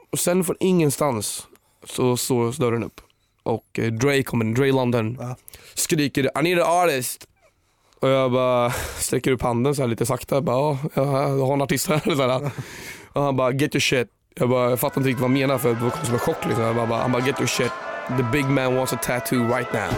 Och sen från ingenstans så slås dörren upp. Och Dre kommer in, Dre London, skriker I need an artist. Och jag bara sträcker upp handen så här lite sakta. Jag bara, jag har en artist här. Så här. Och han bara, get your shit. Jag fattar inte riktigt vad han menar, för det var som en chock liksom. Han bara, get your shit. The big man wants a tattoo right now.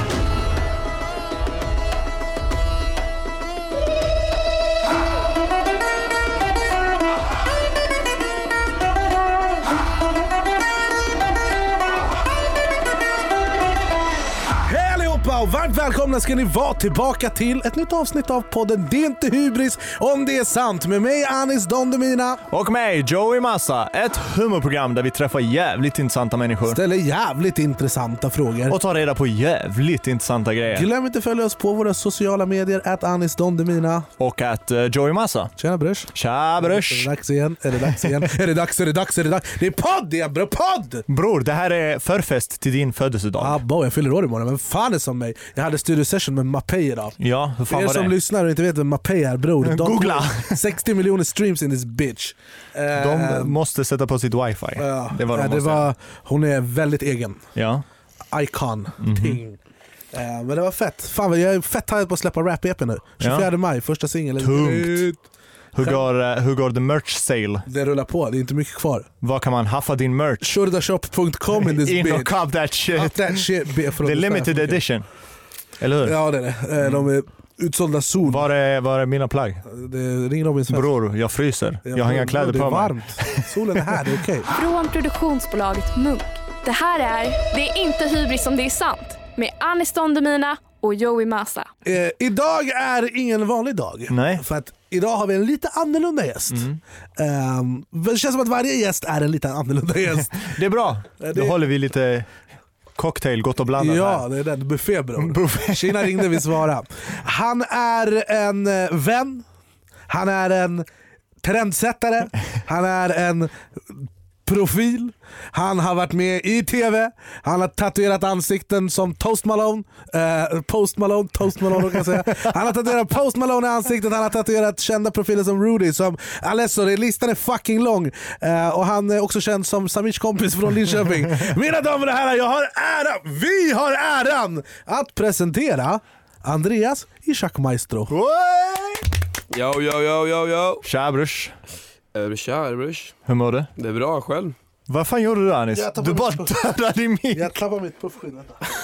Och varmt välkomna ska ni vara tillbaka till ett nytt avsnitt av podden Det är inte hybris om det är sant, med mig Anis Don Demina och mig Joey Massa, ett humorprogram där vi träffar jävligt intressanta människor, ställer jävligt intressanta frågor och tar reda på jävligt intressanta grejer. Glöm inte att följa oss på våra sociala medier @Anis Don Demina och Joey Massa. Tjena brörs. Tja brörs. Är det dags igen? Är det dags igen? Är det dags? Är det dags? Är det dags? Det är podd, det är bra podd! Bror, det här är förfest till din födelsedag. Jag fyller år imorgon, men fan är som mig. Jag hade studio session med Mapei idag. Ja, hur fan för er var som det? lyssnar och inte vet vem Mapei är, bror. Googla! 60 miljoner streams in this bitch. De måste sätta på sitt wifi. Det var hon är väldigt egen. Ja. Icon. Ting. Men det var fett. Fan, jag är fett taggad på att släppa rap-EP nu. 24 maj, första singeln. Tungt. Hur går the merch sale? Det rullar på, det är inte mycket kvar. Var kan man haffa din merch? Shurdashop.com in this bitch. In och cop that shit. Cop that shit. Det är limited edition. Eller hur? Ja, det är det. De är utsålda sol. Var är mina plagg? Ring Robin Svensson. Bror, jag fryser. Jag har inga kläder på mig. Det är varmt. Solen är här, det är okej. Från produktionsbolaget Munk. Det här är Det är inte hybris som det är sant, med Anis Don Demina och Joey Massa. Idag är ingen vanlig dag. Nej. För att idag har vi en lite annorlunda gäst. Det känns som att varje gäst är en lite annorlunda gäst. Det är bra. Då håller vi lite cocktail, gott och blandat här. Ja, det är den. Buffé, bror. Kina ringde, vi svara. Han är en vän. Han är en trendsättare. Han är en profil. Han har varit med i TV. Han har tatuerat ansikten som Toast Malone. Toast Malone kan jag säga. Han har tatuerat Post Malone i ansiktet. Han har tatuerat kända profiler som Rudy, som Alesso. Listan är fucking lång. Och han är också känd som Samirs kompis från Linköping. Mina damer och herrar, vi har äran att presentera Andreas Ishak Maestro. Yo. Tja brors. Tja brors. Hur mår du? Det är bra, själv. Vad fan gjorde du, Anis? Du bara dödade din mick. Jag tappade mitt puffskinn.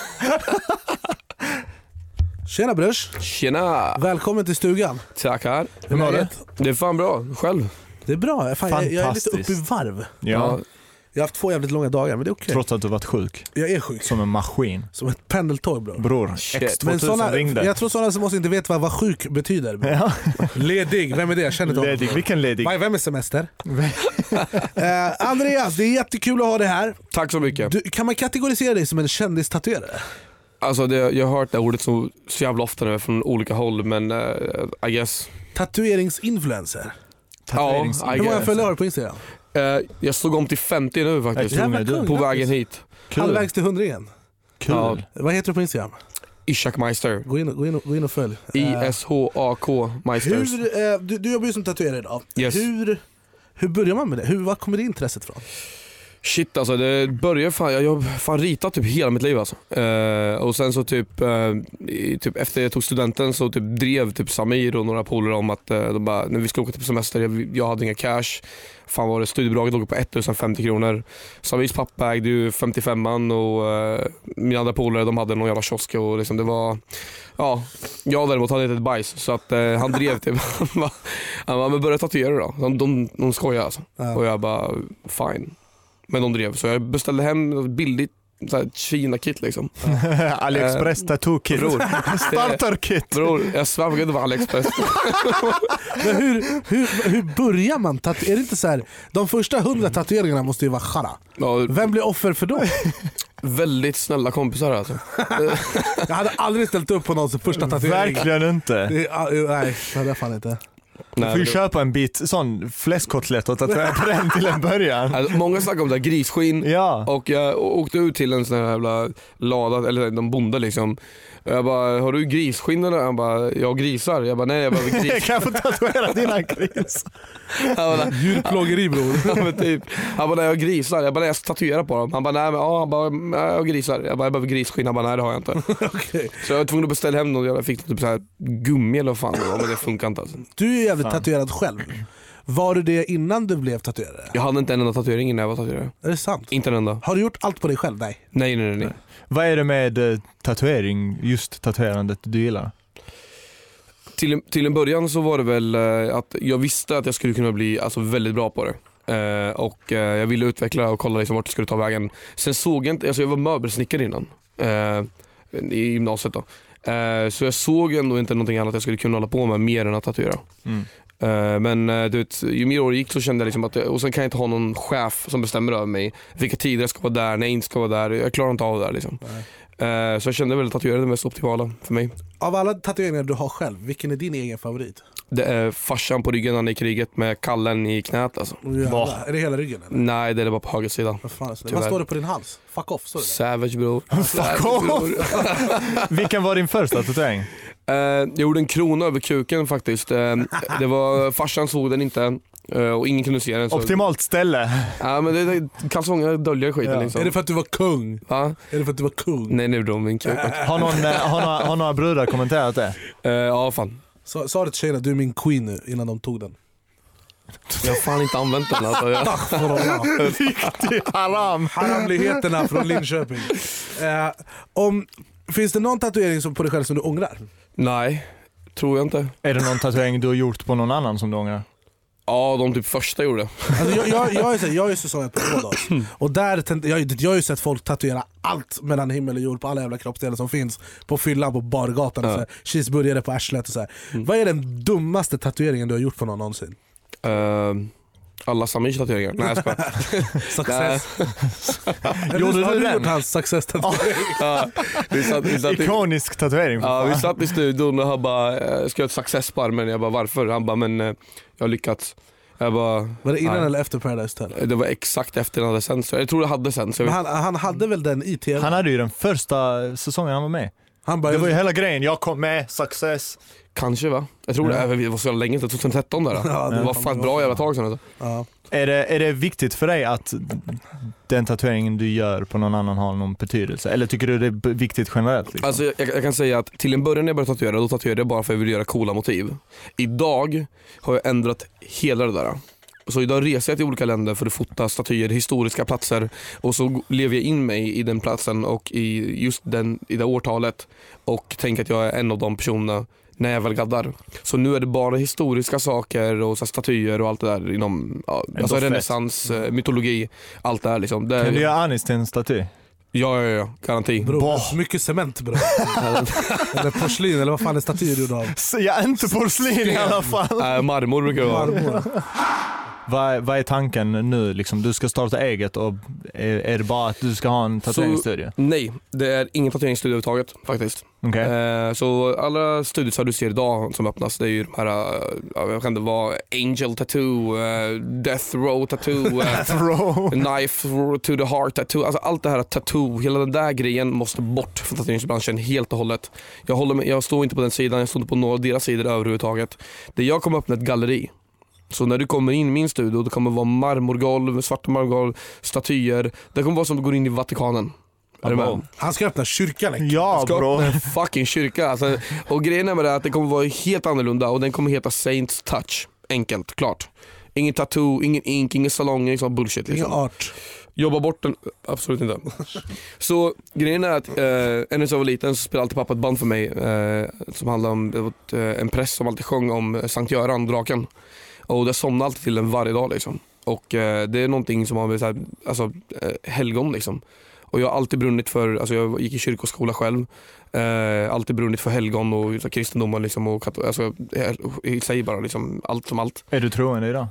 Tjena brors. Tjena. Välkommen till stugan. Tackar. Hur mår du? Det är fan bra, själv. Det är bra, fan, jag är lite uppe i varv. Ja. Jag har haft 2 jävligt långa dagar, men det är okej. Trots att du varit sjuk. Jag är sjuk. Som en maskin. Som ett pendeltåg, Bror, X2000 ringde. Jag tror sådana som måste inte vet vad sjuk betyder. Ja. Ledig, vem är det? Jag känner inte ledig, vilken ledig? Vem är semester? Andreas, det är jättekul att ha det här. Tack så mycket. Kan man kategorisera dig som en kändistatuerare? Alltså jag har hört det ordet så jävla ofta nu från olika håll, men I guess. Tatueringsinfluencer. Hur många följare har du på Instagram? Jag stod om till 50 nu faktiskt. På vägen hit. Halvvägs till 100 igen. Kul. Ja. Vad heter du på Instagram? Ishak Meister. Gå in och följ. ISHAK Meisters. Du jobbar ju som tatuerare idag. Yes. Hur börjar man med det? Var kommer det intresset från? Shit alltså, det började jag har fan ritat typ hela mitt liv alltså. Och sen så typ efter jag tog studenten så typ drev typ Samir och några polare om att de bara, när vi skulle åka till semester, jag hade inga cash. Fan var det, studiebidraget låg på 1050 kronor. Samirs pappa ägde ju 55an och mina andra polare, de hade någon jävla kiosk och liksom det var, ja, jag däremot hade inte ett bajs så att han drev typ. Han bara, men börja tatuera då. De skojar alltså. Och jag bara, fine. Men de drev, så jag beställde hem billigt Kina-kit liksom. AliExpress tattoo-kit. Starter-kit. Bror, jag svär på att det var AliExpress. Men hur börjar man? Är det inte så här, de första 100 tatueringarna måste ju vara chara. Ja, vem blir offer för dem? Väldigt snälla kompisar alltså. Jag hade aldrig ställt upp på någons första tatuering. Verkligen inte. Nej, det hade jag fan inte. Du får ju köpa en bit sån fläskkotlett och tatuera på den till en början. Alltså, många snackar om det här grisskinn. Ja. Och jag åkte ut till en sån här jävla lada, eller en bonde liksom. Jag bara, har du grisskinn eller? Han bara, jag grisar. Jag bara, nej, jag bara gris. Kan jag få tatuera dina gris? Djurplågeri bror. Ja, men typ. Han bara, nej, jag grisar. Jag bara, nej, jag tatuerar på dem. Han bara, nej, men han bara, nej, jag grisar. Jag bara, jag behöver grisskinn. Han bara, nej, det har jag inte. Okay. Så jag var tvungen att beställa hem något. Jag fick typ så här gummi eller vad fan det var, men det funkar inte alltså. Du är jävligt tatuerad själv. Var du det innan du blev tatuerare? Jag hade inte en enda tatuering när jag var tatuerare. Är det sant? Inte en enda. Har du gjort allt på dig själv? Nej. Nej. Vad är det med tatuering, just tatuerandet du gillar? Till en början så var det väl att jag visste att jag skulle kunna bli alltså, väldigt bra på det. Och jag ville utveckla och kolla liksom, vart det skulle ta vägen. Sen såg jag inte, alltså jag var möbelsnickare innan i gymnasiet då. Så jag såg ändå inte någonting annat jag skulle kunna hålla på med mer än att tatuera. Men du vet, ju mer år gick så kände jag liksom att och sen kan jag inte ha någon chef som bestämmer över mig vilka tider jag ska vara där, när jag inte ska vara där. Jag klarar inte av det där liksom. Så jag kände väl att tatuera det mest optimala för mig. Av alla tatueringar du har själv, vilken är din egen favorit? Det är farsan på ryggen när i kriget med kallen i knät alltså. Är det hela ryggen? Eller? Nej, det är bara på höger sida. Vad står det på din hals? Fuck off, står det? Savage bror. Fuck off! Vilken var din första tatuering? Jag gjorde en krona över kuken faktiskt. Det var, farsan såg den inte och ingen kunde se den. Så... Optimalt ställe. Ja, men det kalsonger döljer skiten liksom. Är det för att du var kung? Va? Är det för att du var kung? Nej, nu är min kuk. Har några brudar kommenterat det? Ja, fan. Sa det till tjejerna, du är min queen nu, innan de tog den? Jag har fan inte använt den alltså. Riktigt haram. Haramligheterna från Linköping. Finns det någon tatuering som på dig själv som du ångrar? Nej, tror jag inte. Är det någon tatuering du har gjort på någon annan som du ångrar? Ja, de typ första gjorde. Alltså jag är säsongen på Ådals. Och där jag har ju sett folk tatuera allt mellan himmel och jord på alla jävla kroppsdelar som finns på fyllan på bargatan och så här, cheeseburgare på arslet och så här. Vad är den dummaste tatueringen du har gjort på någon någonsin? Alla Samirs tatueringar. Nej, jag skojar. Success. Gjorde har du du den? gjort hans success-tatuering? Ja, vi satt Ikonisk tatuering. Ja, vi satt i studion och han bara, ska jag ha ett success på armen? Jag bara, varför? Han bara, men jag har lyckats. Jag bara, var det innan eller efter Paradise Hotel? Det var exakt efter den hade sen. Jag tror det hade sen. Så han hade väl den i TV? Han hade ju den första säsongen han var med. Det var ju hela grejen, jag kom med, success. Kanske va? Jag tror det var så länge, 2013 där. Ja, det var fan bra jävla tag sedan. Ja. Är det viktigt för dig att den tatueringen du gör på någon annan har någon betydelse? Eller tycker du det är viktigt generellt? Liksom? Alltså jag kan säga att till en början när jag började tatuera, då tatuerade jag bara för att jag ville göra coola motiv. Idag har jag ändrat hela det där. Så idag reser jag till olika länder för att fota statyer, historiska platser. Och så lever jag in mig i den platsen och i just i det årtalet. Och tänker att jag är en av de personerna när jag väl gaddar. Så nu är det bara historiska saker och så statyer och allt det där inom alltså renässans, mytologi, allt det här liksom. Kan du göra Anis till en staty? Ja, garanti. Bro, mycket cement bro. Eller porslin, eller vad fan är statyer du av? Ja, inte porslin i alla fall. Marmor brukar det vara. Vad är tanken nu? Liksom, du ska starta eget och är det bara att du ska ha en tatueringsstudio? Nej, det är ingen tatueringsstudio överhuvudtaget faktiskt. Okay. Så alla studios du ser idag som öppnas, det är ju de här, jag kan inte vara Angel Tattoo, Death Row Tattoo, Knife to the Heart Tattoo. Alltså allt det här tattoo, hela den där grejen måste bort från tatueringsbranschen helt och hållet. Jag står inte på den sidan, jag står inte på några av deras sidor överhuvudtaget. Jag kommer öppna ett galleri. Så när du kommer in i min studio, då kommer det vara marmorgolv, svarta marmorgolv, statyer. Det kommer vara som att gå in i Vatikanen. Är du med? Han ska öppna kyrkan. Ja bro. Fucking kyrka alltså. Och grejen är med det att det kommer vara helt annorlunda. Och den kommer heta Saints Touch. Enkelt, klart. Ingen tattoo, ingen ink, ingen salong, ingen sån bullshit liksom. Ingen art. Jobba bort den, absolut inte. Så grejen är att när jag var liten så spelade alltid pappa ett band för mig som handlade om en präst som alltid sjöng om Sankt Göran, draken. Och det somnade alltid till den varje dag liksom. Och det är någonting som har med så här, alltså, helgon liksom. Och jag har alltid brunnit för, alltså jag gick i kyrkoskola själv. Alltid brunnit för helgon och så, kristendomen liksom, och alltså, i sig bara liksom, allt som allt. Är du troende idag?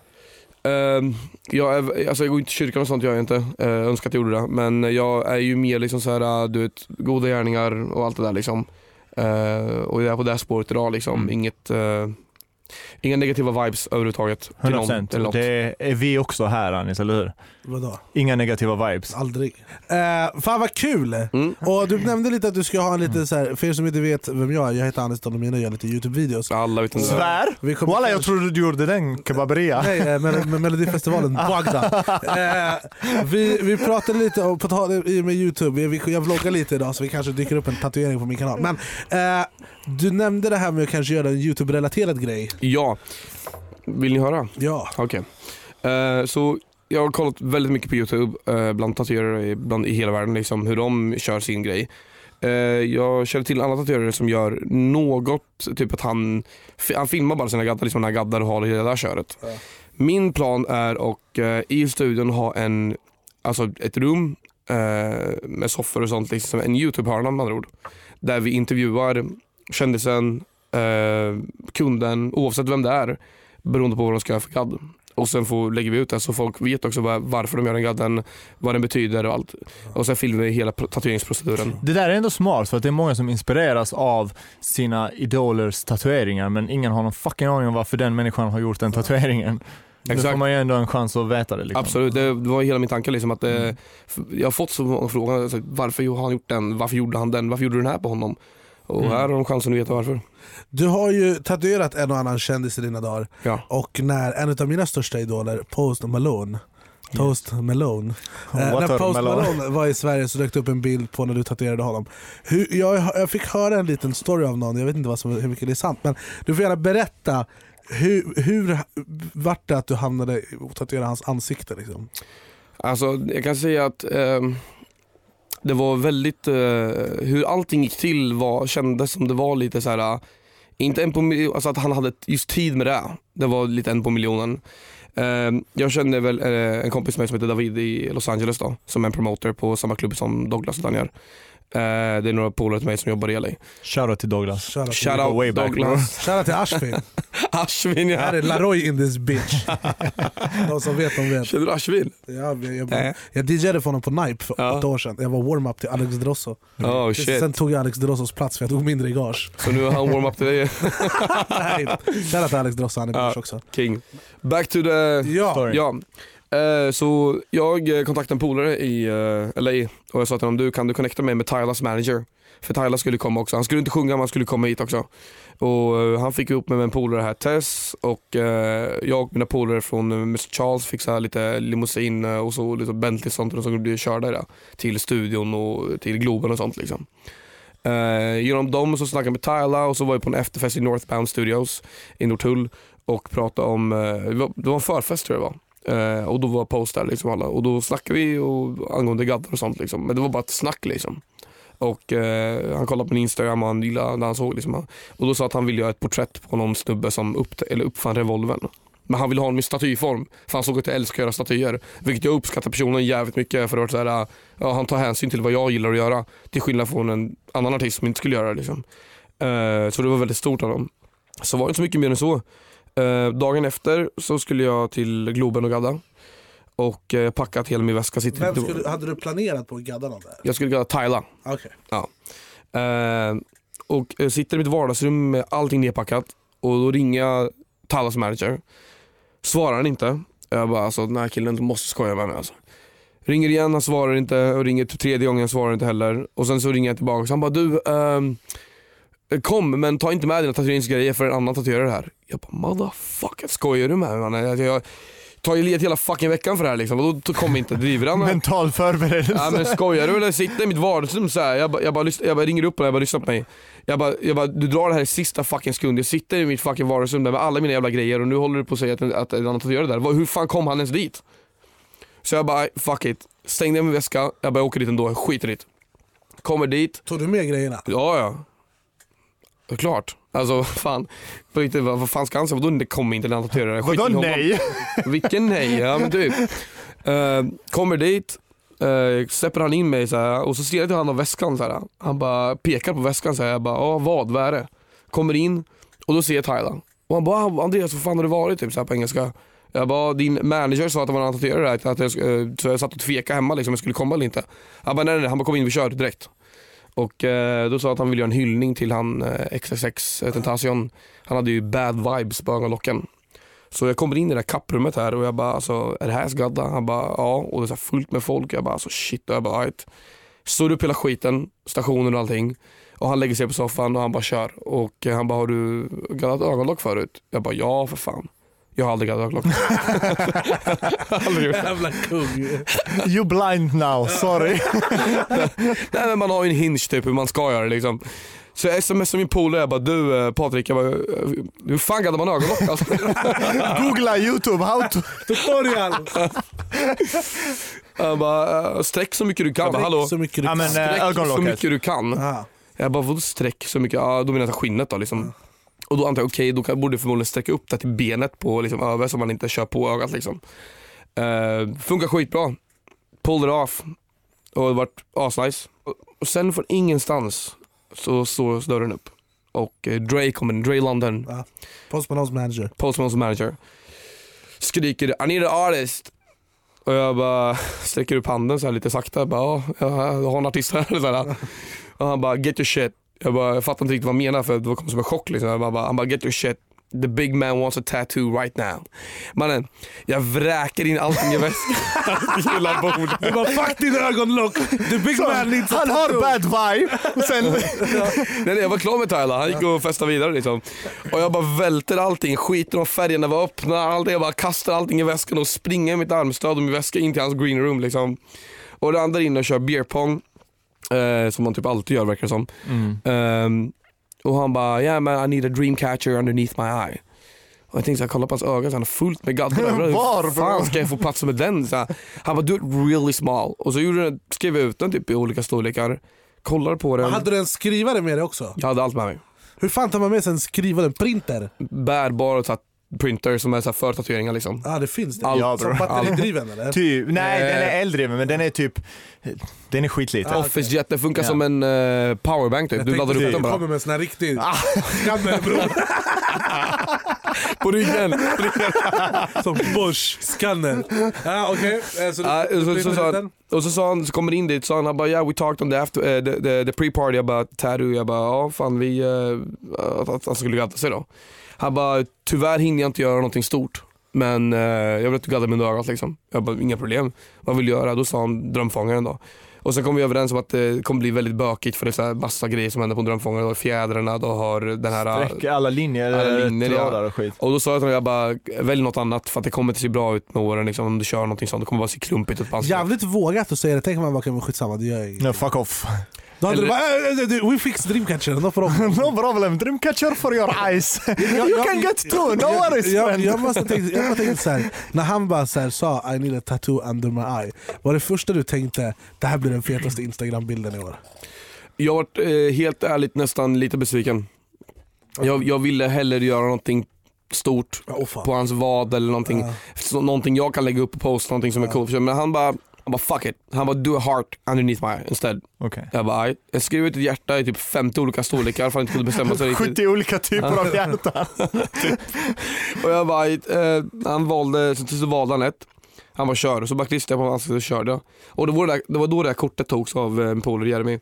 Jag går inte i kyrkan och sånt, jag är inte. Önskar att jag gjorde det. Men jag är ju mer liksom så här, du vet, goda gärningar och allt det där liksom. Och jag är på det här spåret idag liksom. Inget Inga negativa vibes överhuvudtaget. 100%. Till något. Det är vi också här, Anis, eller hur? Vadå? Inga negativa vibes. Aldrig. Fan vad kul! Och du nämnde lite att du ska ha en lite så här, för er som inte vet vem jag heter Anis Don Domina och gör lite YouTube-videos. Alla vet inte. Svär? Walla, jag trodde du gjorde den kebaberia. Nej, med Melodifestivalen Bagdad. Vi pratade lite om, på tal med YouTube, jag vloggar lite idag så vi kanske dyker upp en tatuering på min kanal. Men du nämnde det här med att kanske göra en YouTube-relaterad grej. Ja. Vill ni höra? Ja. Okej. Så jag har kollat väldigt mycket på YouTube bland tatuerare i hela världen liksom, hur de kör sin grej. Jag känner till alla tatuerare som gör något, typ att han filmar bara sina gaddar, liksom när gaddar och har hela det där köret. Ja. Min plan är att i studion ha ett rum med soffor och sånt, liksom en YouTube-hörna med andra ord, där vi intervjuar kändisen, kunden, oavsett vem det är, beroende på vad de ska göra för gadd. Och sen lägger vi ut det så folk vet också varför de gör den gadden, vad den betyder och allt. Och sen filmar vi hela tatueringsproceduren. Det där är ändå smart, för att det är många som inspireras av sina idolers tatueringar, men ingen har någon fucking aning om varför den människan har gjort den tatueringen. Exakt. Då får man ju ändå en chans att veta det liksom. Absolut, det var hela min tanke liksom, att jag har fått så många frågor, alltså, varför har han gjort den, varför gjorde han den, varför gjorde du den här på honom? Och här har de chansen att veta varför. Du har ju tatuerat en och annan kändis i dina dagar. Ja. Och när en av mina största idoler, Post Malone när Post Malone var i Sverige så dök upp en bild på när du tatuerade honom. Jag fick höra en liten story av någon, jag vet inte hur mycket det är sant, men du får gärna berätta hur vart det att du hamnade och tatuerade hans ansikte liksom? Alltså jag kan säga att det var väldigt hur allting gick till kändes som det var lite så här, inte en på miljon, alltså att han hade just tid med det. Det var lite en på miljonen. Jag kände väl en kompis med mig som heter David i Los Angeles då, som är en promoter på samma klubb som Douglas och Daniel. Det är några polare till mig som jobbar i LA. Shoutout till Douglas. Shoutout Douglas. Shoutout till Ashvin. Ashvin, ja. Här är Laroy in this bitch. De som vet, de vet. Känner du Ashvin? Ja, jag DJade för honom på Nipe för 8 år sedan. Jag var warm-up till Alex Drosso. Oh, shit. Sen tog jag Alex Drossos plats för jag tog mindre i gage. Så nu har han warm-up till dig? Nej, shoutout till Alex Drosso, han är bitch också. King. Back to the story. Ja. Så jag kontaktade en polare i LA och jag sa till honom, kan du connecta mig med Tylas manager? För Tyla skulle komma också. Han skulle inte sjunga, men han skulle komma hit också. Och han fick ihop med en polare här, Tess, och jag och mina polare från Mr. Charles fixade lite limousin och så lite Bentley och sånt, och så skulle bli körda där till studion och till Globen och sånt liksom. Genom dem så snackade jag med Tyla och så var jag på en efterfest i Northbound Studios i Norrtull och pratade om, det var en förfest tror jag det var. Och då var Post där liksom alla. Och då snackade vi angående gaddar och sånt liksom. Men det var bara ett snack liksom. Och han kollade på min Instagram och han gillade när han såg liksom. Och då sa att han ville göra ett porträtt på någon snubbe som uppfann revolvern. Men han ville ha honom i statyform. För han såg att jag älskar att göra statyer. Vilket jag uppskattar personen jävligt mycket. För att så här, han tar hänsyn till vad jag gillar att göra. Till skillnad från en annan artist som inte skulle göra det liksom. Så det var väldigt stort av dem. Så var det inte så mycket mer än så. Dagen efter så skulle jag till Globen och gadda. Och packat hela min väska. Hade du planerat på att gadda någon där? Jag skulle gadda Tyla. Okay. Ja. Och sitter i mitt vardagsrum med allting nedpackat. Och då ringer jag Tylas manager. Svarar han inte. Jag bara, alltså den här killen måste skoja med mig alltså. Ringer igen, han svarar inte. Och ringer tredje gången, han svarar inte heller. Och sen så ringer jag tillbaka. Så han bara, du kom, men ta inte med dina tatueringsgrejer för en annan tatuerare här. Jag bara, motherfucker, skojar du med mig? Jag tar ju ledigt hela fucking veckan för det här liksom. Och då kommer inte driver han. Mental förberedelse. Ja, men skojar du eller sitter i mitt vardagsrum så här. Jag bara ringer upp och jag bara lyssnar på mig. Jag bara, du drar det här i sista fucking sekund. Jag sitter i mitt fucking vardagsrum där med alla mina jävla grejer. Och nu håller du på att säga att en annan tatuerare där. Hur fan kom han ens dit? Så jag bara, fuck it. Stängde min väska. Jag bara, åker dit ändå, skiter dit. Kommer dit. Tog du med grejerna? Ja. Klart. Alltså fan. Vad fan ska han säga? Vadå det kommer inte en annan tatuerare? Vadå nej? Vilken nej? Ja men typ. Kommer dit. Släpper han in mig så här, och så ser jag att han har väskan så här. Han bara pekar på väskan så här. Jag bara, vad är det? Kommer in och då ser jag Tyla. Och han bara, Andreas, vad fan har det varit? Typ så här på engelska. Jag bara, din manager sa att det var en annan tatuerare. Så jag satt och tveka hemma liksom, jag skulle komma eller inte. Han bara, nej. Han bara, kom in, vi kör direkt. Och då sa att han ville göra en hyllning till han XXX Tentacion. Han hade ju bad vibes på ögonlocken. Så jag kommer in i det där kapprummet här och jag bara, alltså, är det här Gadda? Han bara, ja. Och det är så fullt med folk. Jag bara, alltså shit. Och jag bara, right. Står upp hela skiten, stationen och allting. Och han lägger sig på soffan och han bara kör. Och han bara, har du gaddat ögonlock förut? Jag bara, ja för fan. Jag har aldrig gaddat ögonlock. Aldrig gjort det. Jävla kung. You blind now, sorry. Nej, men man har ju en hinge typ hur man ska göra det liksom. Så jag smsade min polare, jag bara, du Patrik, jag bara, hur fan gaddar man ögonlock alltså? Googla YouTube, how to... Tutorial. Jag bara, sträck så mycket du kan. Hallå? Så mycket du Ja, men, Sträck så mycket du kan. Ah. Jag bara, vadå sträck så mycket? Ja, då menar jag skinnet då liksom. Och då antar jag, okej, då borde jag förmodligen sträcka upp det till benet på liksom, över så man inte kör på ögat liksom. Funkar skitbra. Pulled it off. Och det vart asnice. Och sen från ingenstans så står dörren upp. Och Dre kommer in, Dre London. Ja. Post Malone's manager. Skriker, I need an artist. Och jag bara sträcker upp handen så här lite sakta. Jag bara, jag har en artist här. Så här. Och han bara, get your shit. Jag fattar inte riktigt vad han menar för det kom som en chock liksom. Han bara, get your shit. The big man wants a tattoo right now. Mannen, jag vräker in allting i väskan. Du bara, fuck din ögonlock. The big man needs a Han har bad vibe. Sen... Nej, jag var klar med Tyler. Han gick och festade vidare liksom. Och jag bara välter allting. Skiter om färgerna var öppna. Allting. Jag bara kastar allting i väskan och springer i mitt armstöd och min väska in till hans green room liksom. Och det andra in och kör beer pong. Som man typ alltid gör verkar det som. Och han bara, yeah man, I need a dream catcher underneath my eye. Och jag tänkte såhär, kolla på hans ögon, så han har fullt med gaddar. Hur fan ska jag få plats med den? Så han bara, do it really small. Och så skrev jag ut den typ i olika storlekar. Kollar på den. Hade du en skrivare med dig också? Jag hade allt med mig. Hur fan tar man med sig en skrivare, en printer? Bärbar och printer som är så här för tatueringar liksom. Ja, det finns det. Ja, som batteridriven eller? Typ, nej, den är eldriven men den är typ, den är skitliten. Office Jet, det funkar som en powerbank typ. Du laddar upp den bara. kommer med en sån här riktig skanner bror. På ryggen. Som Bosch skanner. Ja, okej. Och så sa han, så kommer in dit, så han bara, yeah we talked on the pre-party about tattoo. Jag bara, ja fan vi att han skulle gadda sig då. Han bara, tyvärr hinner jag inte göra någonting stort. Men jag vill att du gaddar med ögat liksom. Jag bara, inga problem. Vad vill du göra? Då sa han drömfångaren då. Och sen kom vi överens om att det kommer bli väldigt bökigt. För det är så här massa grejer som händer på drömfångaren. Du har fjädrarna, du har den här... Sträck alla linjer trådar och skit. Och då sa jag till honom, jag bara, välj något annat. För att det kommer inte se bra ut med åren liksom. Om du kör någonting sånt, det kommer bara se klumpigt ut på ansiktet. Jävligt vågat att säga det. Tänk om man bara kan skitsamma, det gör jag. No, fuck off. Då hade du bara, we fix Dreamcatcher, no problem. No problem, Dreamcatcher for your eyes. You can get two, no worries friend. Jag måste tänka så här, när han bara så här, sa I need a tattoo under my eye. Var det första du tänkte, det här blir den fetaste Instagram-bilden i år? Jag har varit helt ärligt nästan lite besviken. Jag ville hellre göra någonting stort på hans vad eller någonting, någonting jag kan lägga upp och posta, någonting som är coolt. Men han bara fuck it. Han bara, do a heart underneath my eye instead. Okay. Jag bara, jag skrev ut ett hjärta i typ 50 olika storlekar för att inte kunde bestämma sig riktigt. 70 olika typer av hjärtan. Och jag bara, han valde, så valde han ett. Han var kör och så bara klistrade jag på ansiktet och körde. Och det var då det här kortet togs av en polare Jeremy.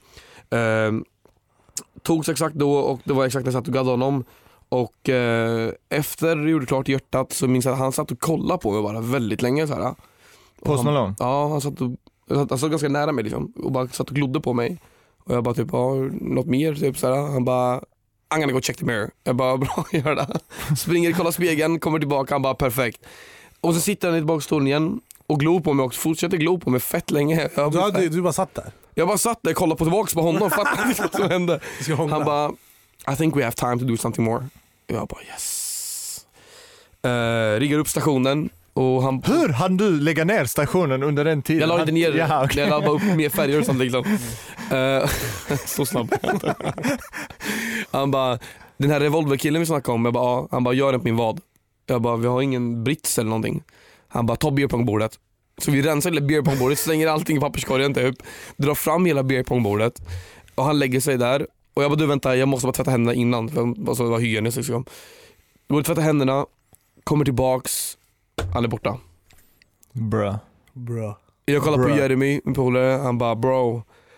Togs exakt då och det var exakt när jag satt och gaddade honom. Och efter jag gjorde klart hjärtat så minns jag att han satt och kollade på mig bara väldigt länge så här. Post Malone? Ja, han satt ganska nära mig liksom, och bara satt och glodde på mig. Och jag bara typ, något mer typ så här. Han bara, I'm gonna go check the mirror. Jag bara, bra, gör det. Springer, kollar spegeln, kommer tillbaka, han bara perfekt. Och så sitter han i bakstolen igen och glor på mig och fortsätter glo på mig fett länge. Du bara satt där? Jag bara satt där och kollade på tillbaka på honom, fattar inte vad som hände. Han bara, I think we have time to do something more. Jag bara, yes. Riggar upp stationen. Och hur hann du lägga ner stationen under den tiden? Jag la inte ner det. Ja, okay. Jag la bara upp mer färger och sånt liksom. Så snabb. Han bara, den här revolverkillen vi snackade om, jag bara, han bara, gör den på min vad. Jag bara, vi har ingen brits eller någonting. Han bara, ta beerpongbordet. Så vi rensar hela beerpongbordet, slänger allting i papperskorgen typ, drar fram hela beerpongbordet. Och han lägger sig där. Och jag bara, du vänta, jag måste bara tvätta händerna innan. För det var hygieniskt liksom. Jag borde tvätta händerna, kommer tillbaks. Han är borta. Bra. Jag kollar på Jeremy, min polare. Han bara, bro,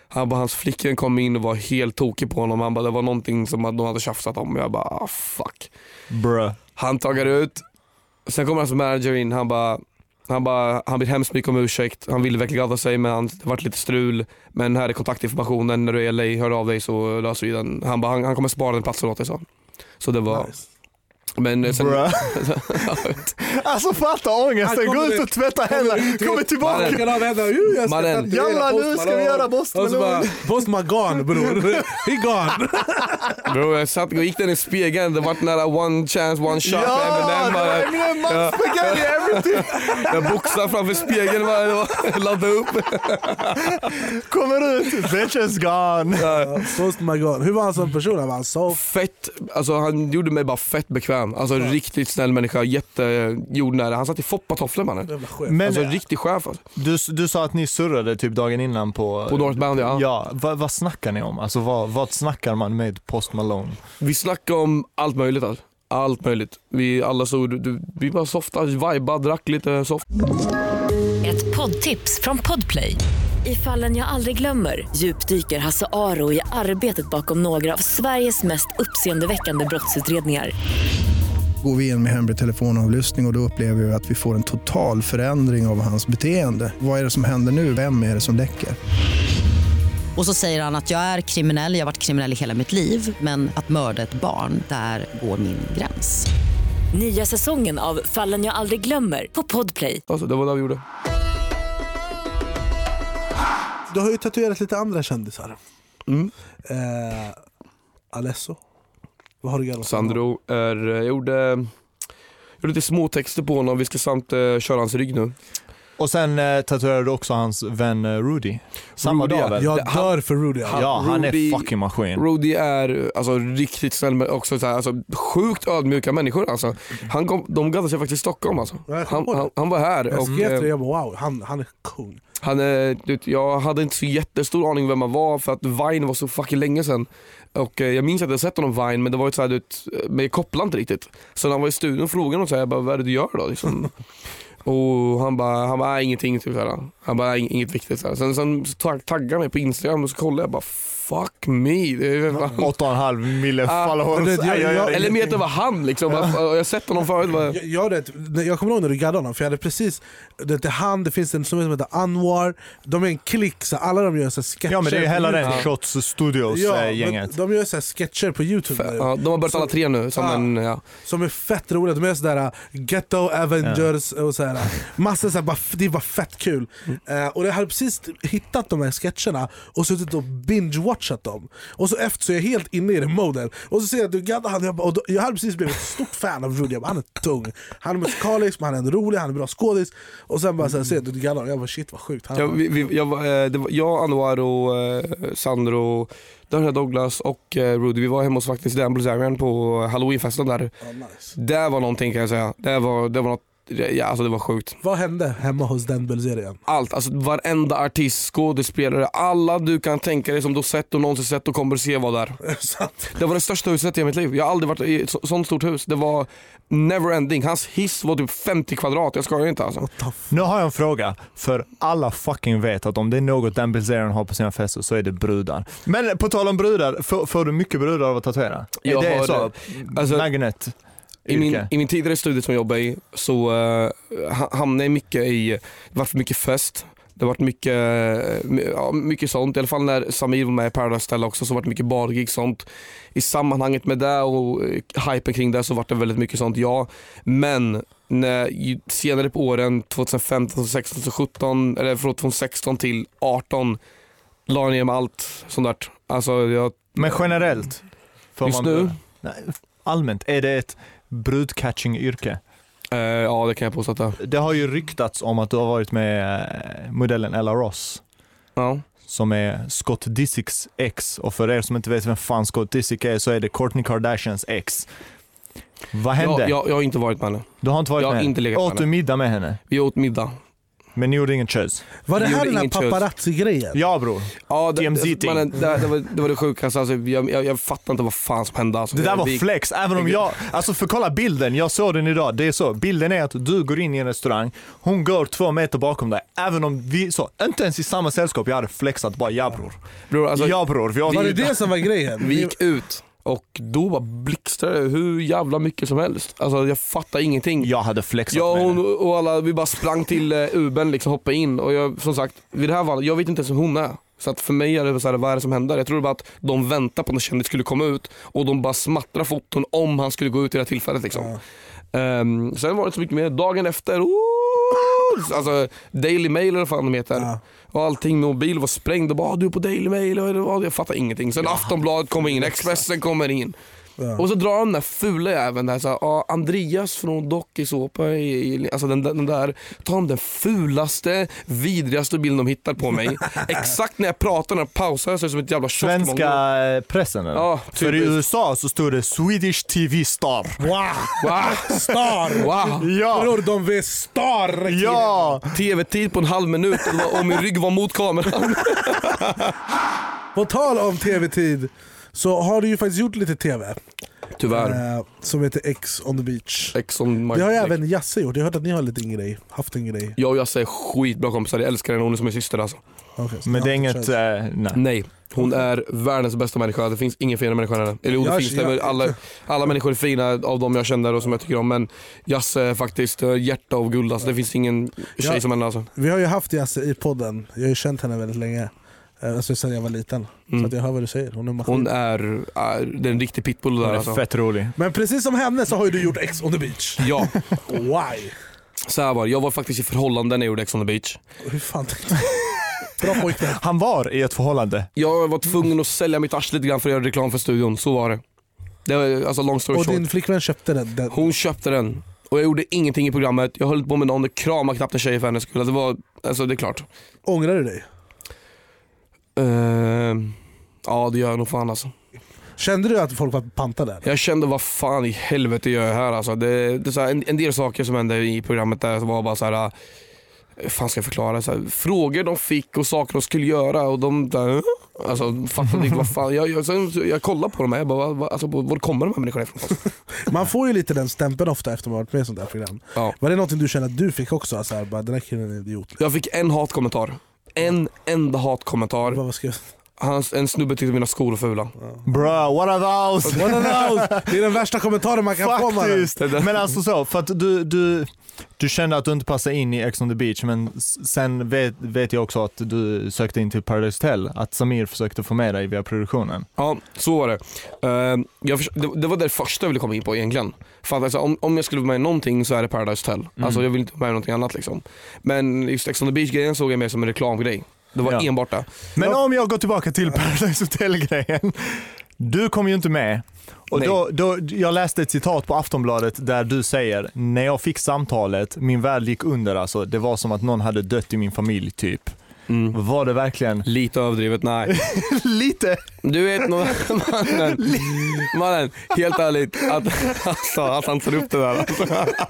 Hans flickvän kom in och var helt tokig på honom. Han bara, det var någonting som de hade tjafsat om. Jag bara, fuck. Bruh. Han taggar ut. Sen kommer hans manager in. Han ber hemskt mycket om ursäkt. Han ville verkligen gladda sig, men det varit lite strul. Men här är kontaktinformationen. När du är i LA, hör av dig så löser vi den. Han kommer spara den platsen åt dig, så det var... Nice. Men sen... Alltså fatta ångesten, gå ut och tvätta händerna, kommer tillbaka. Jalla, nu ska vi göra Post Malone, bror. He gone. Bro, jag satt och gick den i spegeln. Det var nära one chance, one shot. Eminem, spaghetti, everything. Jag boxade framför spegeln, laddade upp. Kommer ut, bitches gone. Post Malone. Hur var han som person? Han var så fett, alltså han gjorde mig bara fett bekväm. Alltså riktigt snäll människa, jättejordnära. Han satt i foppatofflor, mannen. Men alltså riktig chef alltså. Du sa att ni surrade typ dagen innan på Northbound, ja. Ja, vad snackar ni om? Alltså vad snackar man med Post Malone? Vi snackar om allt möjligt alltså. Allt möjligt. Vi alla vi bara softa, viba, drack lite soft. Ett poddtips från Podplay. I Fallen jag aldrig glömmer djupdyker Hasse Aro i arbetet bakom några av Sveriges mest uppseendeväckande brottsutredningar. Går vi in med hemlig telefonavlyssning och då upplever vi att vi får en total förändring av hans beteende. Vad är det som händer nu? Vem är det som läcker? Och så säger han att jag är kriminell, jag har varit kriminell i hela mitt liv. Men att mörda ett barn, där går min gräns. Nya säsongen av Fallen jag aldrig glömmer på Podplay. Alltså det var det vi gjorde. Du har ju tatuerat lite andra kändisar. Alesso. Vad har du gjort? Sandro jag gjorde lite små texter på honom. Vi ska samt köra hans rygg nu. Och sen tatuerade du också hans vän Rudy. Samma dag väl? Jag dör för Rudy. Ja, han är fucking maskin. Rudy är alltså riktigt snäll, men också så här, alltså, sjukt ödmjuka människor alltså. De gaddade sig faktiskt i Stockholm alltså. Han var här jag och jag bara, wow, han är kung. Jag hade inte så jättestor aning vem han var, för att Vine var så fucking länge sedan. Och jag minns att jag sett honom Vine, men det var ju så här, men jag kopplade inte riktigt. Så när han var i studion frågade honom så här, jag bara, vad är det du gör då liksom? Och han bara ingenting typ såhär. Han bara inget viktigt såhär. Sen taggade mig på Instagram och så kollade jag bara fuck me. 8,5 mille followers. Eller mer att det var han liksom. Jag har sett honom förut. Jag kommer ihåg när du gaddade honom, för jag hade precis det finns en som heter Anwar. De är en klick, så alla de gör så sketcher. Ja, men det är hela den Shots Studios gänget. De gör så sketcher på YouTube. De har börjat alla tre nu som är fett roliga. De är sådär Ghetto Avengers och så här. Massa så här, det var fett kul. Och jag hade precis hittat de här sketcherna och suttit och binge-watchat dem. Och så efter så är jag helt inne i den moden. Och så ser jag att du gaddar han. Och jag hade precis blivit ett stort fan av Rudy. Han är tung. Han är musikalisk, men han är rolig, han är bra skådis. Och sen bara så ser jag att du gaddar. Jag bara shit vad sjukt. Jag, Anwar och Sandro, Douglas och Rudy, vi var hemma hos faktiskt Dan Blazarian på Halloweenfesten där. Nice. Det var någonting, kan jag säga. Det var något. Ja, alltså det var sjukt. Vad hände hemma hos den Belzerian? Allt, alltså varenda artist, skådespelare, alla du kan tänka dig som du sett och någonsin sett och kommer se var där. Det var det största huset i mitt liv. Jag har aldrig varit i ett sånt stort hus. Det var never ending. Hans hiss var typ 50 kvadrat. Jag skojar inte alltså. Nu har jag en fråga. För alla fucking vet att om det är något Dan Bilzerian har på sina fester så är det brudar. Men på tal om brudar, får du mycket brudar av att tatuera? Jag det har är så. Alltså, magnet. I min tidigare studie som jag jobbade i så hamnade jag mycket i, det var för mycket fest. Det har varit mycket sånt. I alla fall när Samir var med i Paradise Hotel också, så var det mycket bargig sånt. I sammanhanget med det och hypen kring det så var det väldigt mycket sånt, ja. Men senare på åren 2015, 2016, 2017 eller från 2016 till 2018 la jag ner med allt sånt där. Alltså, men generellt? Just nu? Nej, allmänt, är det ett brudcatching-yrke? Ja, det kan jag påstå att det har ju ryktats om att du har varit med modellen Ella Ross. Ja. Som är Scott Disick's ex. Och för er som inte vet vem fan Scott Disick är, så är det Kourtney Kardashians ex. Vad hände? Jag har inte varit med henne. Du har inte varit jag med henne? Inte legat med henne? Åt du middag med henne? Vi åt middag. Men ni gjorde ingen tjus. Var det Vi här gjorde den här ingen tjus. paparazzi-grejen? Ja bror. Ja, TMZ-ting. mannen, det var det sjukaste. Alltså, jag fattar inte vad fan som hände. Alltså, Det där var vi- flex, även om jag, alltså för kolla bilden, jag såg den idag, det är så, bilden är att du går in i en restaurang, hon går 2 meter bakom dig, även om vi så, inte ens i samma sällskap, jag hade flexat bara, ja bror. Bror, alltså, Ja bror, vi Var det det som var grejen? vi gick ut och då bara blixtrade det hur jävla mycket som helst. Alltså jag fattar ingenting. Jag hade flexat Jag med det. och alla, vi bara sprang till Uben liksom, hoppade in och jag, som sagt, vid det här valet, jag vet inte ens vem hon är. Så att för mig är det så här, vad är det som händer? Jag tror bara att de väntar på att en kändis skulle komma ut och de bara smattrar foton om han skulle gå ut i det här tillfället liksom. Sen var det så mycket mer, dagen efter, alltså Daily Mail eller vad fan de heter. Och allting, mobil var sprängd och bara du är på Daily Mail och jag fattar ingenting. Sen Aftonbladet kommer in, Expressen kommer in. Och så drar de den där fula även där så Andreas från Dokusåpa, alltså den där, tar de den fulaste, vidrigaste bilden de hittar på mig. Exakt när jag pratar, när jag pausar, jag ser som ett jävla kioskmongo. Svenska pressen eller? Ja, för i USA så stod det Swedish TV Star. Wow! Star! Wow. Ja! Bror, de vill star! Ja! TV-tid på en halv minut och min rygg var mot kameran. På tal om tv-tid så har du ju faktiskt gjort lite tv. Tyvärr. Som heter X on the beach. X on my Det har ju neck. även Jasse gjort. Jag har hört att ni har lite en grej. Haft en grej. Jag och Jasse är skitbra kompisar, jag älskar henne, hon är som min syster alltså. Okay, så Men det är ja, inget, nej. Nej, hon är världens bästa människa. Det finns ingen fina människa än henne. Eller jo, det finns det, men alla människor är fina av dem jag känner och som jag tycker om. Men Jasse är faktiskt hjärta av guld alltså. Det finns ingen tjej som henne alltså. Vi har ju haft Jasse i podden. Jag har ju känt henne väldigt länge. Alltså sedan jag var liten. Så att jag hör vad du säger. Hon är maskin. Hon är det är en riktig pitbull där Hon är alltså. fett rolig. Men precis som henne så har ju du gjort X on the beach. Ja, Why? så här var det. Jag var faktiskt i förhållande när jag gjorde X on the beach. Hur fan tänkte du? Bra pojkvän. Han var i ett förhållande. Jag var tvungen att sälja mitt arsle lite grann för att göra reklam för studion. Så var det. Det var alltså long story Och short. din flickvän köpte den. Hon köpte den. Och jag gjorde ingenting i programmet. Jag höll på med någon, kramade knappt en tjej för hennes skull. Det var, alltså det är klart. Ångrar du dig? Ja, det gör jag nog fan alltså. Kände du att folk var pantade? Jag kände vad fan i helvete gör jag här alltså. Det är så här, en del saker som hände i programmet där var bara så här. Fan ska jag förklara så här, frågor de fick och saker de skulle göra och de där, alltså fattade inte vad fan. Jag kollade på dem här, jag bara, alltså, var kommer de här människorna ifrån? Man får ju lite den stämpeln ofta efter man varit med i sånt där program. Ja. Var det någonting du kände att du fick också? Alltså, bara, den här killen är en idiot. Jag fick en hatkommentar. En enda hatkommentar. Vad ska jag... En snubbe tyckte mina skor var fula. Bro, what are those? Det är den värsta kommentaren man kan få. Faktiskt. Men alltså så, för att du kände att du inte passade in i Ex on the beach, men sen vet jag också att du sökte in till Paradise Hotel, att Samir försökte få med dig via produktionen. Ja, så var det. Det var det första jag ville komma in på egentligen. För att alltså, om jag skulle vara med i någonting så är det Paradise Hotel. Alltså jag vill inte vara med i någonting annat liksom. Men just Ex on the beach-grejen såg jag mer som en reklamgrej. Det var enbart det. Men om jag går tillbaka till Paradise Hotel-grejen. Du kom ju inte med. Och jag läste ett citat på Aftonbladet där du säger: när jag fick samtalet, min värld gick under alltså. Det var som att någon hade dött i min familj typ. Var det verkligen? Lite överdrivet, nej. Lite? Du vet mannen, helt ärligt att han tar upp det där alltså.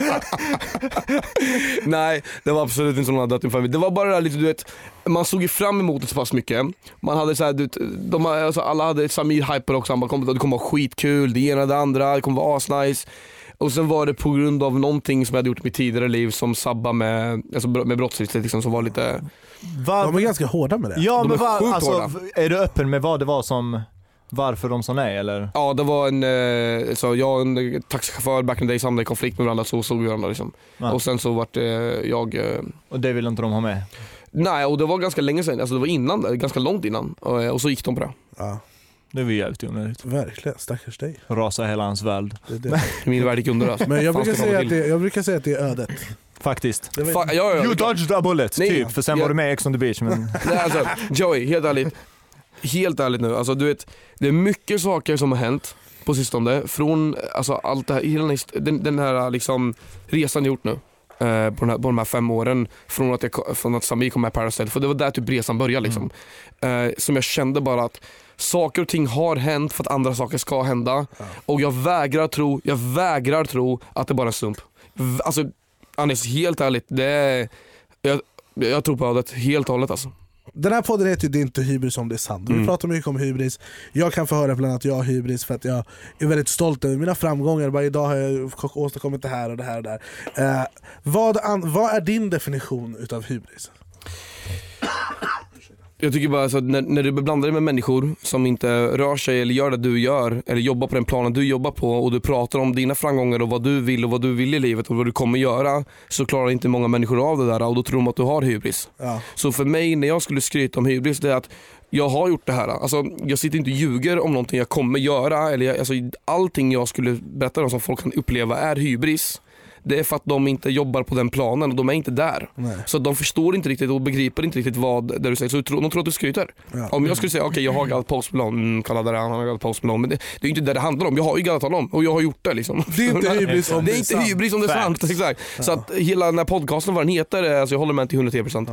Nej, det var absolut inte som någon hade dött i min familj. Det var bara det där lite, du vet, man såg ju fram emot det så pass mycket. Man hade så här, alltså, alla hade Samir hyper också. Han bara, det kommer vara skitkul, det ena det andra, det kommer vara asnice. Och sen var det på grund av någonting som jag hade gjort i mitt tidigare liv som sabba med brottslighet liksom, som var lite... De är ganska hårda med det. Ja, de men hårda. Är du öppen med vad det var som... Varför de sa nej eller? Ja, det var jag och en taxichaufför back in the days hamnade i konflikt med varandra, så såg vi varandra liksom. Ja. Och sen så vart jag... Och det ville inte de ha med? Nej, och det var ganska länge sedan, alltså det var innan det, ganska långt innan. Och så gick de på det. Ja. Det var jävligt onödigt. Verkligen, stackars dig. Rasa hela hans värld. Det. Min värld gick under alltså. Men jag Fan, brukar, ska säga komma att jag brukar säga att det är ödet. Faktiskt. Det var... You dodged a bullet, Nej, typ. För sen var du med i Ex on the beach. Men... Nej, alltså, Joey, helt ärligt nu. Alltså, du vet, det är mycket saker som har hänt på sistone. Från alltså, allt det här, den här liksom, resan jag gjort nu. På de här 5 åren från att Samir kom med Paradise Hotel, för det var där typ resan började liksom. Som jag kände bara att saker och ting har hänt för att andra saker ska hända. Och jag vägrar tro att det bara är en slump. Alltså Anis, helt ärligt, Jag tror på det helt och hållet alltså. Den här podden heter ju Det är inte hybris om det är sant. Vi pratar mycket om hybris. Jag kan få höra bland annat att jag har hybris för att jag är väldigt stolt över mina framgångar. Bara idag har jag åstadkommit det här och det här och det här. Vad är din definition utav hybris? Jag tycker bara så att när du blandar dig med människor som inte rör sig eller gör det du gör eller jobbar på den planen du jobbar på och du pratar om dina framgångar och vad du vill i livet och vad du kommer göra, så klarar inte många människor av det där och då tror de att du har hybris. Ja. Så för mig, när jag skulle skryta om hybris, det är att jag har gjort det här. Alltså, jag sitter inte och ljuger om någonting jag kommer göra eller allting jag skulle berätta om som folk kan uppleva är hybris. Det är för att de inte jobbar på den planen och de är inte där. Nej. Så de förstår inte riktigt och begriper inte riktigt vad det du säger. Så de tror att du skryter. Ja. Om jag skulle säga okej, jag har gaddat Post Malone, kalla det han har gaddat Post Malone, men det är inte det det handlar om. Jag har ju gaddat honom och jag har gjort det liksom. Det är inte hybris om det är sant. Hybris om det är sant. Exakt. Ja. Så att hela den här podcasten, vad den heter, alltså jag håller med till 110%.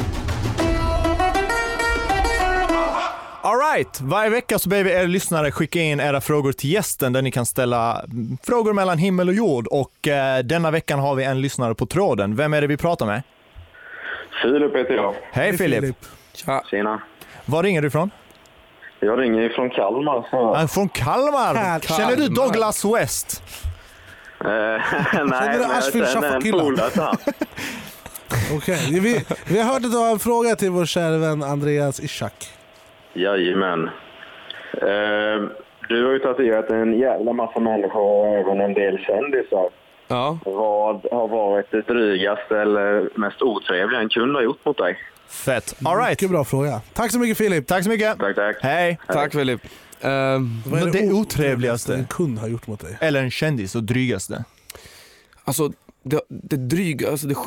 Alright, varje vecka så ber vi er lyssnare skicka in era frågor till gästen där ni kan ställa frågor mellan himmel och jord. Och denna veckan har vi en lyssnare på tråden. Vem är det vi pratar med? Filip heter jag. Hej Filip. Tjena. Var ringer du ifrån? Jag ringer från Kalmar. Så. Från Kalmar? Känner du Douglas West? Nej, men jag känner en polare till han. Okej, vi har hört att du har en fråga till vår kära vän Andreas Ishak. Jajamän. Du har ju tatuerat en jävla massa människor och även en del kändisar. Ja. Vad har varit det drygaste eller mest otrevliga en kund har gjort mot dig? Fett. All right. Mycket bra fråga. Tack så mycket Filip. Tack så mycket. Tack. Hej. Tack Filip. Vad är det otrevligaste en kund har gjort mot dig? Eller en kändis och drygaste? Alltså det dryga, alltså det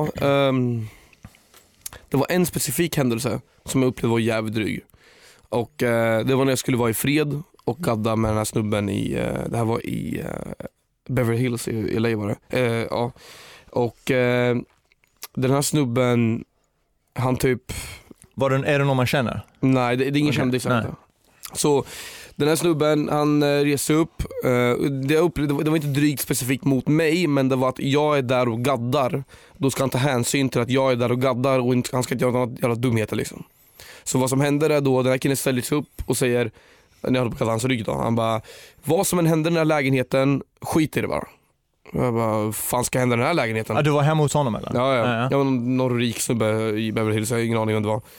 var en specifik händelse som jag upplevde var jävligt dryg. Och det var när jag skulle vara i fred och gadda med den här snubben det här var i Beverly Hills i LA var det. Ja. Och den här snubben, han typ... Är det någon man känner? Nej, det är ingen kändis. Så den här snubben, han reser upp. Det var inte drygt specifikt mot mig, men det var att jag är där och gaddar. Då ska han ta hänsyn till att jag är där och gaddar och han ska inte göra något jävla dumheter liksom. Så vad som händer är då, den här killen ställer sig upp och säger, när jag håller på att kalla hans rygg då, han bara, vad som än händer i den här lägenheten, skit i det bara. Jag bara, vad fan ska hända i den här lägenheten? Ja, du var hemma hos honom eller? Ja. Jag var någon rik snubbe i Beverly Hills, jag har ingen aning om det var.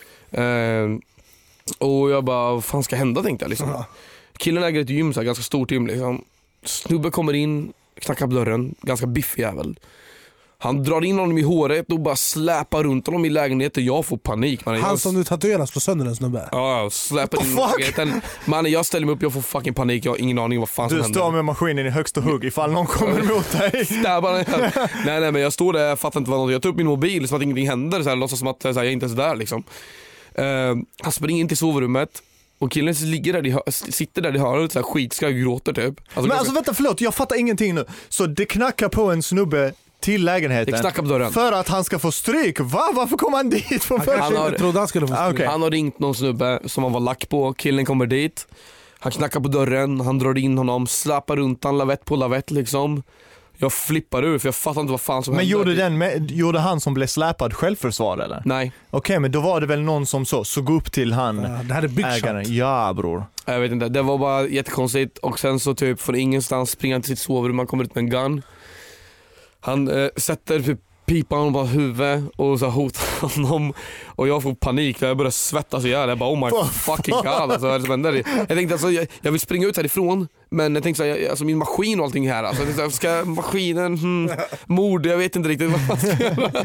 Och jag bara, vad fan ska hända tänkte jag liksom. Killen äger ett gym, så här, ganska stort gym liksom. Snubbe kommer in, knackar på dörren, ganska biffig jävel. Han drar in honom i håret och bara släpar runt honom i lägenheten. Jag får panik. Han som nu tatueras på sönder en snubbe. Ja, släpar in i lägenheten. Man, jag ställer mig upp, jag får fucking panik. Jag har ingen aning vad fan som händer. Du står med maskinen i högsta hugg ifall någon kommer emot dig. Nej, men jag står där, jag fattar inte vad något. Jag tar upp min mobil så att ingenting händer. Så här, låtsas som att så här, jag är inte ens där liksom. Han springer in till sovrummet. Och killen sitter där i hörnet så här skitskar och gråter typ. Alltså vänta, förlåt, jag fattar ingenting nu. Så det knackar på en snubbe till lägenheten. Det knackar på dörren. För att han ska få stryk. Varför kom han dit? Han har ringt någon snubbe som han var lack på. Killen kommer dit. Han knackar på dörren. Han drar in honom. Slappar runt han lavett på lavett liksom. Jag flippar ur för jag fattar inte vad fan som hände. Men gjorde han som blev släpad självförsvar eller? Nej. Okej, men då var det väl någon som såg upp till han det här är big ägaren. shot. Ja, bror. Jag vet inte, det var bara jättekonstigt. Och sen så typ från ingenstans springer han till sitt sovrum. Han kommer ut med en gun. Han sätter typ pipan på huvudet och så hotar honom. Och jag får panik, jag börjar svettas ihjäl. Jag bara oh my fucking god alltså, vad är det som händer? Jag tänkte alltså, jag vill springa ut härifrån. Men jag tänkte så här, alltså min maskin och allting här alltså, ska maskinen, mord, jag vet inte riktigt vad man ska göra.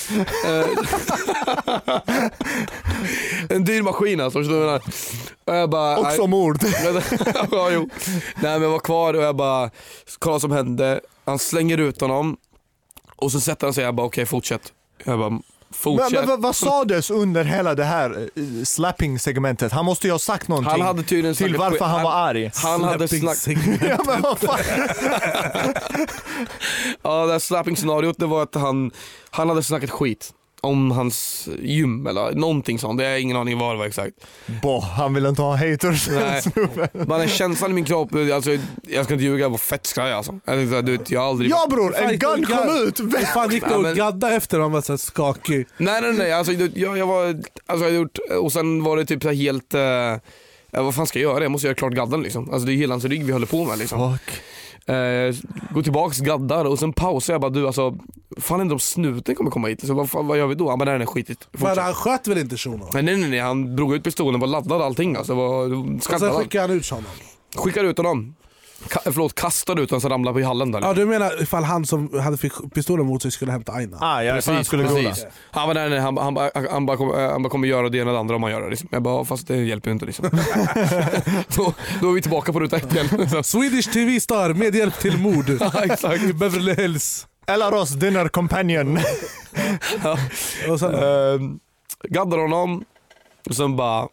En dyr maskin alltså. Jag bara, också mord. Ja, jo. Nej, men jag var kvar och jag bara kolla vad som hände. Han slänger ut honom. Och så sätter han sig, jag bara okej, fortsätt. Jag bara fortsätt. Men vad sades under hela det här slapping-segmentet? Han måste ju ha sagt någonting. Han hade tydligen till varför han var arg. Han hade snackat. Ja, men vad fan? Ja, det här slapping-scenariot, det var att han hade snackat skit. om hans gym eller någonting sånt. Det är ingen aning vad det var exakt. Han vill inte ha haters. Man känslan i min kropp, alltså, jag ska inte ljuga, jag var fett skraj alltså. Jag har aldrig... Ja bror, en gun kom ut! Fan gick du och gadda efter han var så skakig? Nej, alltså, jag var, alltså jag hade gjort, och sen var det typ så här helt, vad fan ska jag göra? Jag måste göra klart gadden liksom. Alltså det är hela hans rygg vi håller på med liksom. Gå tillbaks, gaddar och sen pausar jag bara, du alltså, fan inte om snuten kommer komma hit. Så vad gör vi då? Han bara, nej skitigt. Men han sköt väl inte shunon? Nej, han drog ut pistolen, var laddad allting alltså. Och sen skickade han ut shunon? Skickade ut honom. Kastade ut honom så ramlade på i hallen där. Ja, du menar ifall han som hade pistolen mot sig skulle hämta Aina? Ja, precis, skulle precis. Han var där, han bara kommer göra det ena eller andra om man gör det liksom. Jag bara, fast det hjälper ju inte liksom. då är vi tillbaka på ruta 1 igen. Swedish TV-star med hjälp till mord. Ja, exakt. I Beverly Hills. Elaros dinner companion. Ja. Och sen gaddar honom och sen bara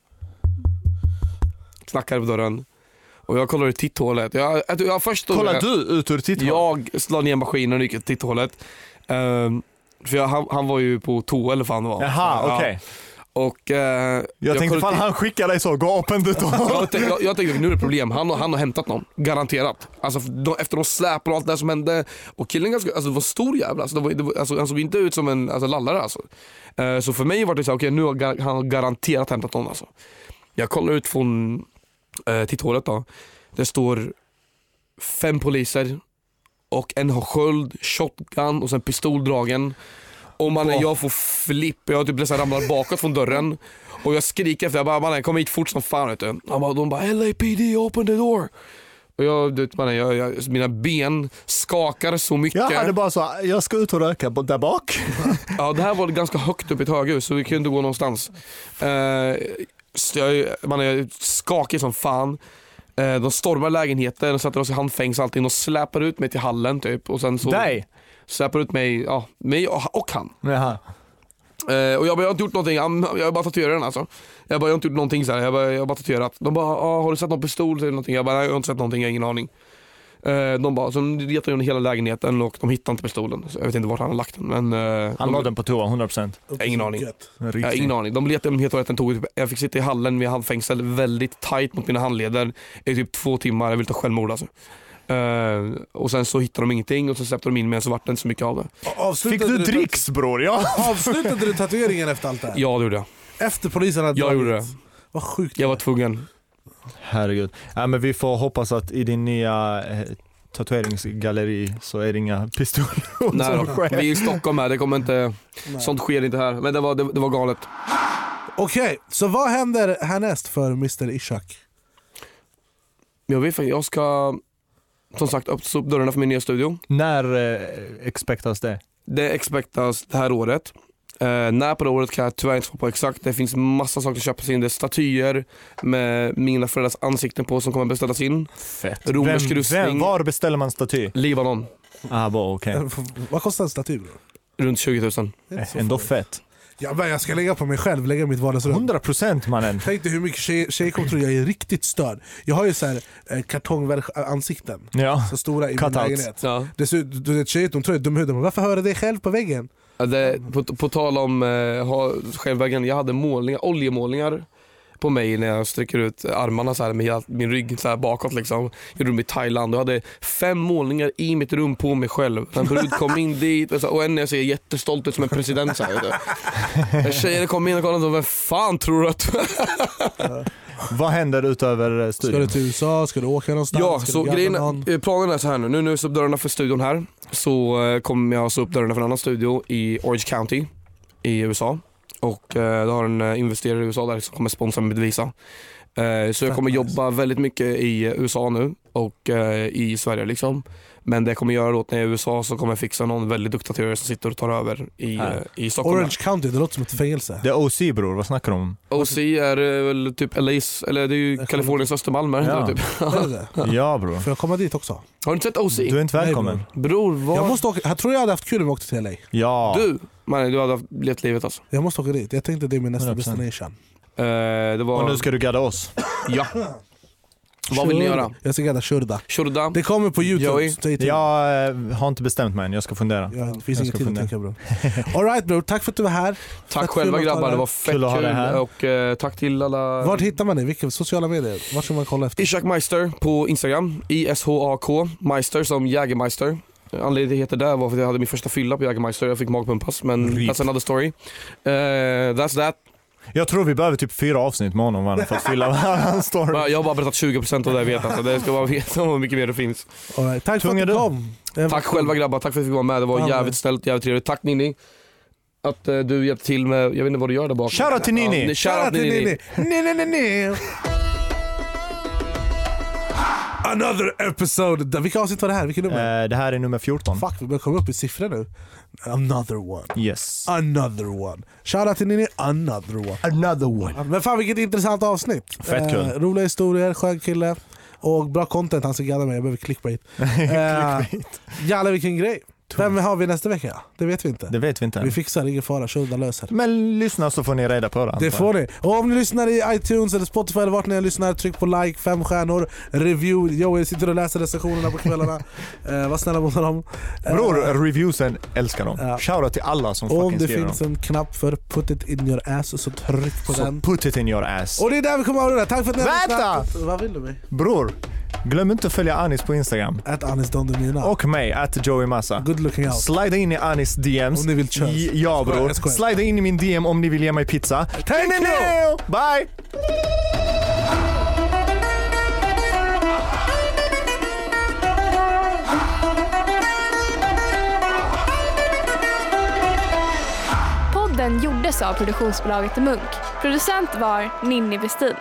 knackar på dörren. Och jag kollar i titthålet. Jag först kollar du ut ur titthålet? Jag slår ner maskinen och gick i titthålet. För han var ju på toa eller fan det var. Jaha, okej. Okay. Och jag tänkte fan han skickar dig så, gå öppen du jag tänkte nu är det problem. Han har hämtat någon, garanterat. Alltså efter de släpar och allt det som hände. Och killen ganska, alltså det var stor jävla. Alltså, han såg inte ut som en lallare alltså. Så för mig var det så okej, nu har han garanterat hämtat någon alltså. Jag kollar ut från titthålet då. Det står 5 poliser och en har sköld, shotgun och sen pistoldragen. Och jag får flipp. Jag typ nästan ramlar bakåt från dörren. Och jag skriker efter, jag bara, kom hit fort som fan vet du. De bara, LAPD open the door. Och mina ben skakar så mycket. Ja, det är bara så, jag ska ut och röka där bak. Ja, det här var ganska högt upp i ett höghus så vi kunde gå någonstans. Jag skakig som fan. De stormar lägenheten och sätter oss i handfängsel allting och släpar ut mig till hallen typ. Och sen så släpar ut mig och han. Jaha. Och jag har inte gjort någonting. Jag har bara tatuerat den alltså. Jag har inte gjort någonting så här. Jag har bara tatuerat. De bara, har du sett någon pistol eller någonting? Jag bara, jag har inte sett någonting, jag har ingen aning. De bara, så letar de hela lägenheten och de hittar inte pistolen. Så jag vet inte vart han har lagt den. Men, han la den på toa, 100%. Ingen aning. Jag har ingen aning. De letade helt och hållet. Jag fick sitta i hallen med handfängsel väldigt tight mot mina handleder i typ 2 timmar. Jag vill ta självmord alltså. Och sen så hittade de ingenting och så släppte de in mig så vart det inte så mycket av det. Fick du dricks bror? Ja. Avslutade du tatueringen efter allt det här? Ja, det gjorde jag. Efter polisen hade gjorde det. Vad sjukt. Jag var tvungen. Herregud. Ja, men vi får hoppas att i din nya tatueringsgalleri så är det inga pistoler. Nej, vi är i Stockholm här, det kommer inte. Sånt sker inte här. Men det var galet. Okej, så vad händer härnäst för Mr. Ishak? Jag vet inte, jag ska som sagt öppna upp dörrarna för min nya studio. När expectas det? Det expectas det här året. När på det året kan jag tyvärr inte få på exakt. Det finns massa saker att köpa in. Det är statyer med mina föräldrars ansikten på som kommer beställas in. Fett. Romersk rustning. Var beställer man staty? Libanon. Okej. Vad kostar en staty bro? Runt 20 000. Ändå fett. Ja, men jag ska lägga på mig själv, lägga mitt vardagsrum. 100% mannen. Tänk dig hur mycket tjejer kommer tro jag är riktigt störd. Jag har ju så här kartongansikten. Ja. Så stora i min lägenhet. Ja. Tjejer de tror jag är dum huden. Varför hör du dig själv på väggen? Ja, på tal om självväggen, jag hade oljemålningar på mig när jag sträcker ut armarna så här med min rygg så här bakåt liksom. Jag rum i Thailand och hade 5 målningar i mitt rum på mig själv. En brud kom in dit och en jag ser jättestolt ut som en president så här. Tjejer kom in och kollade och vem fan tror du att Vad händer utöver studion? Ska du till USA? Ska du åka någonstans? Ja, så planen är så här nu. Nu så upp dörrarna för studion här. Så kommer jag så upp dörrarna för en annan studio i Orange County i USA. Och då har en investerare i USA där som kommer sponsra mitt visa. Så jag kommer jobba väldigt mycket i USA nu och i Sverige liksom. Men det jag kommer göra då när jag är i USA så kommer jag fixa någon väldigt duktig tatuerare som sitter och tar över i Stockholm. Orange County, det låter som ett fängelse. Det är OC bror, vad snackar du om? OC är väl typ LA's, eller det är ju Kaliforniens Östermalm. Ja. Typ. Ja bror. Får jag komma dit också? Har du inte sett OC? Du är inte välkommen. Nej, bror, vad? Jag måste åka. Jag tror jag hade haft kul om jag åkte till LA. Ja. Du hade levt livet alltså. Jag måste åka dit. Jag tänkte det är min nästa 100%. Destination. Det var... Och nu ska du gadda oss. Ja. Vad vill ni göra? Jag ska gärna Shurda. Shurda. Det kommer på YouTube. Jag har inte bestämt mig än, jag ska fundera. Ja, det finns inget tid att tänka, bro. All right, bro, tack för att du var här. Tack själva grabbar, det var fett kul. Och tack till alla. Vart hittar man dig? Vilka sociala medier? Vart ska man kolla efter? Ishak Meister på Instagram. ISHAK Meister som Jägermeister. Anledningen till heter det var för att jag hade min första fylla på Jägermeister. Jag fick magpumpas, men that's another story. That's that. Jag tror vi behöver typ 4 avsnitt med honom för att fylla hans story. Jag har bara berättat 20% av det jag vet, alltså. Det ska bara veta hur mycket mer det finns. Right. Tack för att du kom. Tack själva grabbar, tack för att vi fick vara med. Det var jävligt ställt, jävligt trevligt. Tack Nini att du hjälpte till med, jag vet inte vad du gör där bak. Shoutout till Nini. Ja, shoutout till Nini. Another episode. Vilka avsnitt var det här? Vilken nummer? Det här är nummer 14. Fuck, vi börjar komma upp i siffror nu. Another one. Yes. Another one. Shoutout till Nini. Another one. Another one. Men fan vilket intressant avsnitt. Fett kul. Roliga historier, skön kille. Och bra content, han ska gadda mig. Jag behöver clickbait. Jävlar vilken grej. Vem har vi nästa vecka? Det vet vi inte. Det vet vi inte. Vi fixar, ingen fara, Shurda löser. Men lyssna så får ni reda på det. Det får ni. Och om ni lyssnar i iTunes eller Spotify eller vart ni lyssnar, tryck på like, 5 stjärnor, review. Jag sitter och läser recensionerna på kvällarna. Var snälla mot dem. Bror, reviewsen älskar dem. Shoutout till alla som fucking skriver dem. Om det finns en knapp för put it in your ass, så tryck på den. Put it in your ass. Och det är där vi kommer att avrunda. Tack för att ni har lyssnat. Vad vill du mig? Bror, glöm inte att följa Anis på Instagram. @AnisDonDemina. Och mig, @JoeyMassa. Good looking out. Slida in i Anis DMs. Om ni vill köra. Ja bror. Slida in i min DM om ni vill ge mig pizza. Thank you! Bye! Podden gjordes av produktionsbolaget Munk. Producent var Ninni Westin.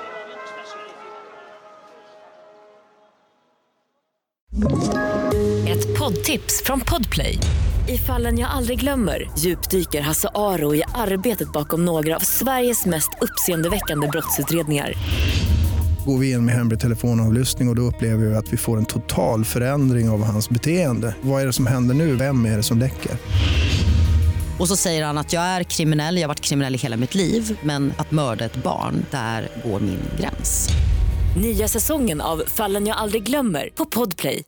Ett poddtips från Podplay. I Fallen jag aldrig glömmer djupdyker Hasse Aro i arbetet bakom några av Sveriges mest uppseendeväckande brottsutredningar. Går vi in med hemlig telefonavlyssning och då upplever vi att vi får en total förändring av hans beteende. Vad är det som händer nu? Vem är det som läcker? Och så säger han att jag är kriminell, jag har varit kriminell i hela mitt liv. Men att mörda ett barn, där går min gräns. Nya säsongen av Fallen jag aldrig glömmer på Podplay.